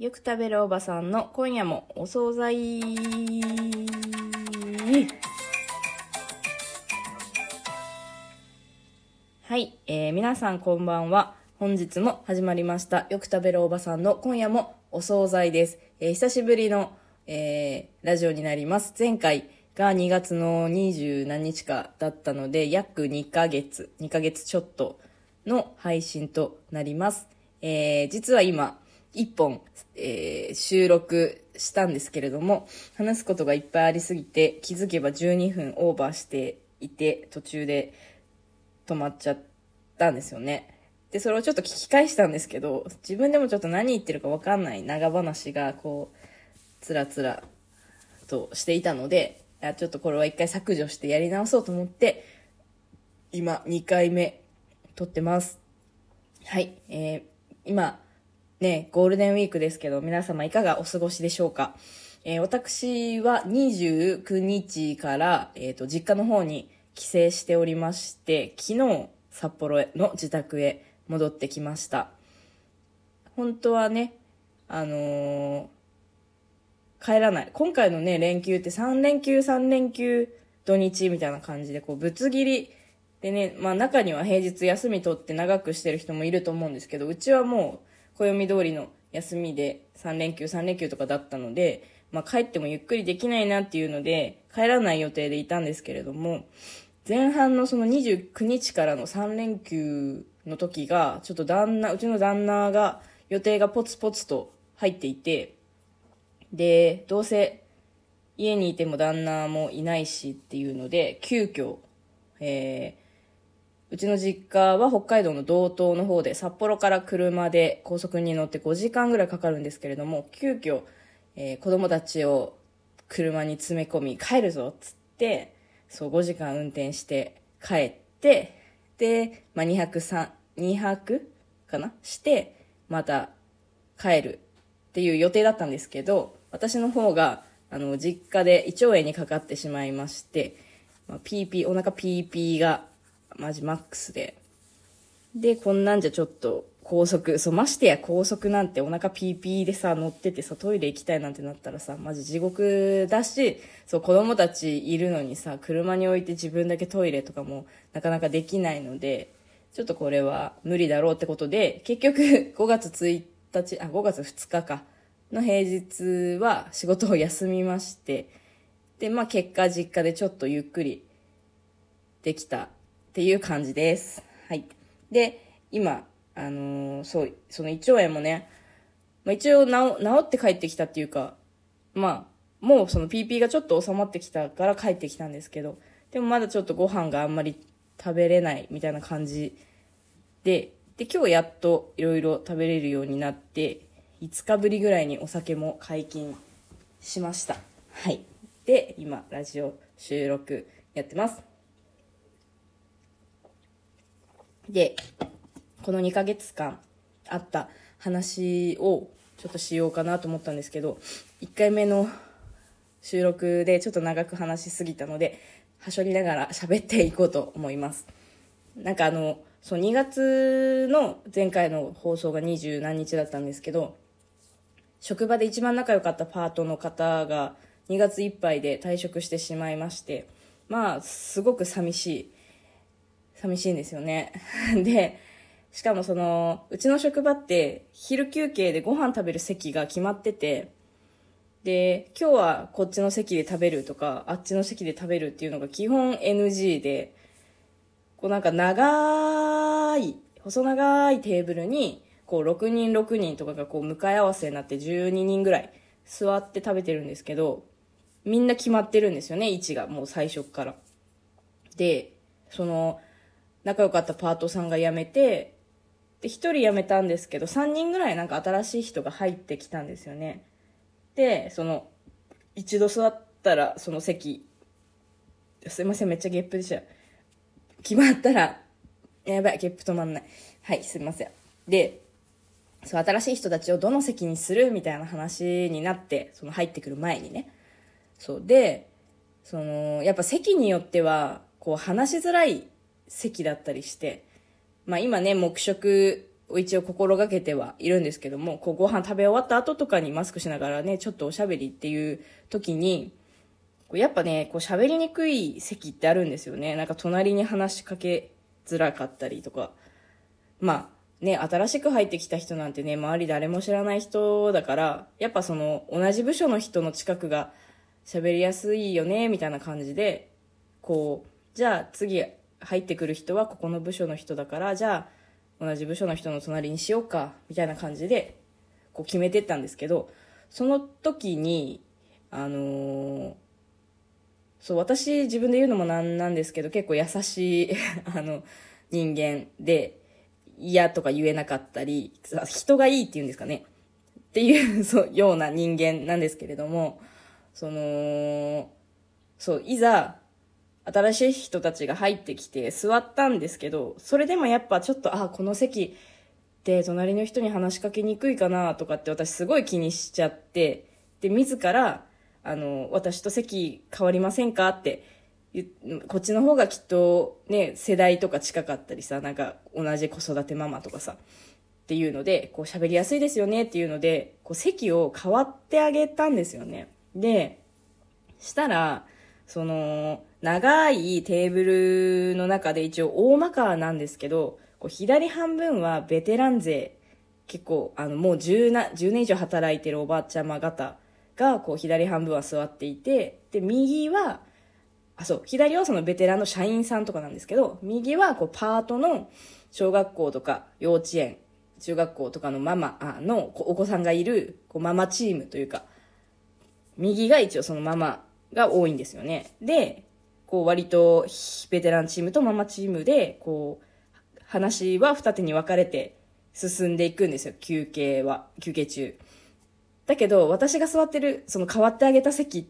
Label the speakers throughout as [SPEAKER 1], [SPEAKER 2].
[SPEAKER 1] よく食べるおばさんの今夜もお惣菜。はい、皆さんこんばんは。本日も始まりましたよく食べるおばさんの今夜もお惣菜です。久しぶりの、ラジオになります。前回が2月の20何日かだったので約2ヶ月ちょっとの配信となります。実は今1本、収録したんですけれども、話すことがいっぱいありすぎて気づけば12分オーバーしていて、途中で止まっちゃったんですよね。でそれをちょっと聞き返したんですけど、自分でもちょっと何言ってるか分かんない長話がこうつらつらとしていたので、ちょっとこれは一回削除してやり直そうと思って今2回目撮ってます。はい、今ね、ゴールデンウィークですけど、皆様いかがお過ごしでしょうか。私は29日から、実家の方に帰省しておりまして、昨日札幌の自宅へ戻ってきました。本当はね、帰らない。今回のね、連休って3連休土日みたいな感じで、こう、ぶつ切りでね、まあ中には平日休み取って長くしてる人もいると思うんですけど、うちはもう、暦通りの休みで3連休とかだったので、まあ帰ってもゆっくりできないなっていうので帰らない予定でいたんですけれども、前半のその29日からの3連休の時がちょっとうちの旦那が予定がポツポツと入っていて、でどうせ家にいても旦那もいないしっていうので急遽、うちの実家は北海道の道東の方で、札幌から車で高速に乗って5時間ぐらいかかるんですけれども、急遽、子供たちを車に詰め込み帰るぞっつって、そう5時間運転して帰って、で、まあ、2泊かなしてまた帰るっていう予定だったんですけど、私の方が実家で胃腸炎にかかってしまいまして、まあ、お腹ピーピーがマジマックスで、こんなんじゃちょっとましてや高速なんてお腹ピーピーでさ乗っててさ、トイレ行きたいなんてなったらさマジ地獄だし、子供たちいるのにさ車に置いて自分だけトイレとかもなかなかできないので、ちょっとこれは無理だろうってことで、結局5月2日かの平日は仕事を休みまして、でまあ結果実家でちょっとゆっくりできたっていう感じです。はい。で、今、その胃腸炎もね、まあ、一応治って帰ってきたっていうか、まあ、もうその PP がちょっと収まってきたから帰ってきたんですけど、でもまだちょっとご飯があんまり食べれないみたいな感じで、今日やっといろいろ食べれるようになって、5日ぶりぐらいにお酒も解禁しました。はい。で、今、ラジオ収録やってます。で、この2ヶ月間あった話をちょっとしようかなと思ったんですけど、1回目の収録でちょっと長く話しすぎたので、はしょりながら喋っていこうと思います。なんかそう2月の前回の放送が20何日だったんですけど、職場で一番仲良かったパートの方が2月いっぱいで退職してしまいまして、まあすごく寂しいんですよね。で、しかもうちの職場って昼休憩でご飯食べる席が決まってて、で、今日はこっちの席で食べるとか、あっちの席で食べるっていうのが基本 NG で、こうなんか細長いテーブルに、こう6人とかがこう向かい合わせになって12人ぐらい座って食べてるんですけど、みんな決まってるんですよね、位置がもう最初から。で、仲良かったパートさんが辞めて、で1人辞めたんですけど3人ぐらいなんか新しい人が入ってきたんですよね。で一度座ったらその席、すいませんめっちゃゲップでした、決まったらやばいゲップ止まんない、はいすいません。で新しい人たちをどの席にするみたいな話になって、入ってくる前にね、そうでやっぱ席によってはこう話しづらい席だったりして、まあ今ね黙食を一応心がけてはいるんですけども、こうご飯食べ終わった後とかにマスクしながらね、ちょっとおしゃべりっていう時に、やっぱね、こう喋りにくい席ってあるんですよね。なんか隣に話しかけづらかったりとか。まあね、新しく入ってきた人なんてね、周り誰も知らない人だから、やっぱその同じ部署の人の近くが喋りやすいよね、みたいな感じで、こう、じゃあ次入ってくる人はここの部署の人だから、じゃあ同じ部署の人の隣にしようか、みたいな感じで、こう決めてったんですけど、その時に、そう、私自分で言うのもなんですけど、結構優しい人間で、嫌とか言えなかったり、人がいいっていうんですかね。っていう、そう、ような人間なんですけれども、そう、いざ、新しい人たちが入ってきて座ったんですけど、それでもやっぱちょっと、この席って隣の人に話しかけにくいかなとかって私すごい気にしちゃって、で、自ら、私と席変わりませんかってこっちの方がきっとね、世代とか近かったりさ、なんか同じ子育てママとかさ、っていうので、こう喋りやすいですよねっていうので、こう席を変わってあげたんですよね。で、したら、その、長いテーブルの中で一応大まかなんですけど、こう左半分はベテラン勢、結構、もう10年以上働いてるおばあちゃま方が、こう左半分は座っていて、で、右は、左はそのベテランの社員さんとかなんですけど、右はこうパートの小学校とか幼稚園、中学校とかのママのお子さんがいるこうママチームというか、右が一応そのママが多いんですよね。で、こう割とベテランチームとママチームで、こう、話は二手に分かれて進んでいくんですよ、休憩中。だけど、私が座ってる、その変わってあげた席って、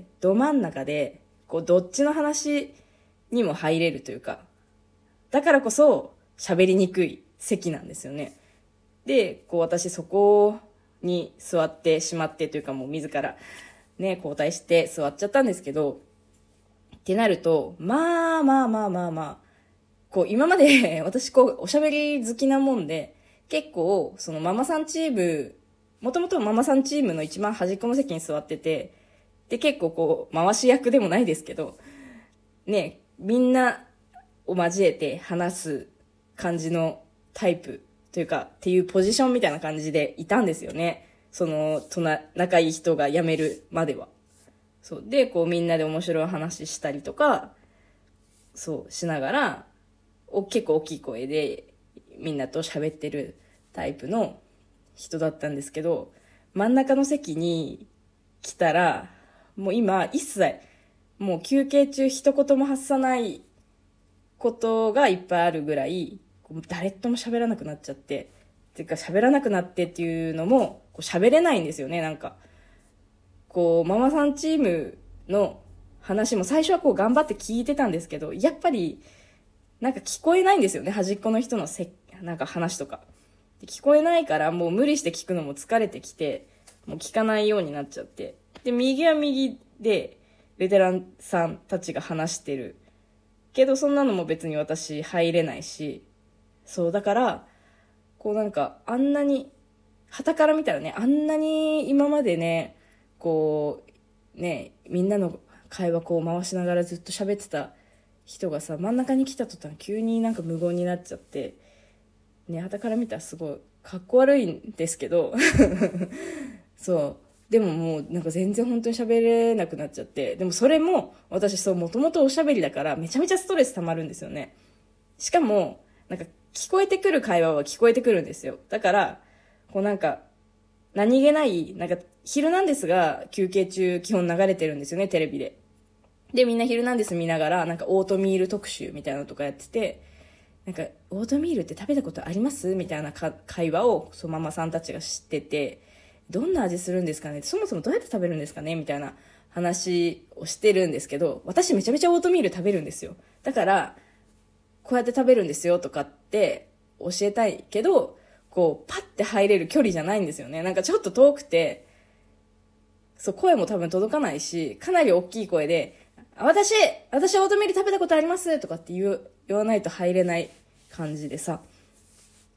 [SPEAKER 1] ど真ん中で、こう、どっちの話にも入れるというか、だからこそ、喋りにくい席なんですよね。で、こう、私そこに座ってしまってというか、もう自ら、ね、交代して座っちゃったんですけど、ってなると、まあ、こう、今まで私こう、おしゃべり好きなもんで、結構、そのママさんチーム、もともとママさんチームの一番端っこの席に座ってて、で、結構こう、回し役でもないですけど、ね、みんなを交えて話す感じのタイプというか、っていうポジションみたいな感じでいたんですよね。その、仲いい人が辞めるまでは。そう。で、こうみんなで面白い話したりとか、そうしながら、結構大きい声でみんなと喋ってるタイプの人だったんですけど、真ん中の席に来たら、もう今一切、もう休憩中一言も発さないことがいっぱいあるぐらい、誰とも喋らなくなっちゃって、てか喋らなくなってっていうのも、喋れないんですよね、なんか。こう、ママさんチームの話も最初はこう頑張って聞いてたんですけど、やっぱり、なんか聞こえないんですよね、端っこの人のなんか話とか。聞こえないからもう無理して聞くのも疲れてきて、もう聞かないようになっちゃって。で、右は右で、ベテランさんたちが話してる。けどそんなのも別に私入れないし、そうだから、こうなんかあんなに、傍から見たらね、あんなに今までね、こう、ね、みんなの会話こう回しながらずっと喋ってた人がさ、真ん中に来た途端急になんか無言になっちゃって、ね、傍から見たらすごいかっこ悪いんですけど、そう。でももうなんか全然本当に喋れなくなっちゃって、でもそれも私そう、もともとおしゃべりだからめちゃめちゃストレス溜まるんですよね。しかも、なんか聞こえてくる会話は聞こえてくるんですよ。だから、こうなんか、何気ない、なんか、ヒルナンデスが休憩中基本流れてるんですよね、テレビで。で、みんなヒルナンデス見ながら、なんかオートミール特集みたいなのとかやってて、なんか、オートミールって食べたことありますみたいな会話を、ママさんたちが知ってて、どんな味するんですかね、そもそもどうやって食べるんですかねみたいな話をしてるんですけど、私めちゃめちゃオートミール食べるんですよ。だから、こうやって食べるんですよとかって教えたいけど、こう、パッて入れる距離じゃないんですよね。なんかちょっと遠くて、そう、声も多分届かないし、かなり大きい声で、私オートミール食べたことありますとかって言わないと入れない感じでさ。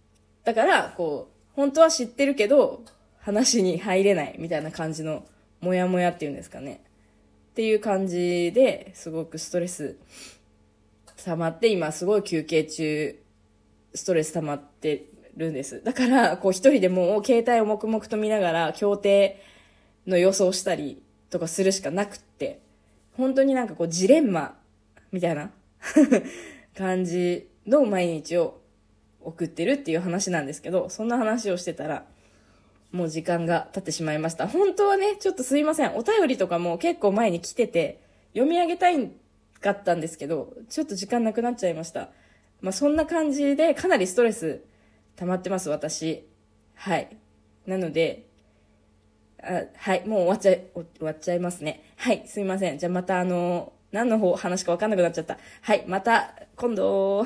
[SPEAKER 1] だから、本当は知ってるけど、話に入れないみたいな感じの、モヤモヤっていうんですかね。っていう感じですごくストレス溜まって、今すごい休憩中、ストレス溜まってるんです。だから、一人でもう携帯を黙々と見ながら、協定の予想したりとかするしかなくって、本当になんかジレンマみたいな感じの毎日を送ってるっていう話なんですけど、そんな話をしてたら、もう時間が経ってしまいました。本当はね、ちょっとすいません。お便りとかも結構前に来てて、読み上げたいかったんですけど、ちょっと時間なくなっちゃいました。そんな感じで、かなりストレス溜まってます、私。はい。なので、はい、もう終わっちゃいますね。はい、すいません。じゃあまた何の話かわかんなくなっちゃった。はい、また今度。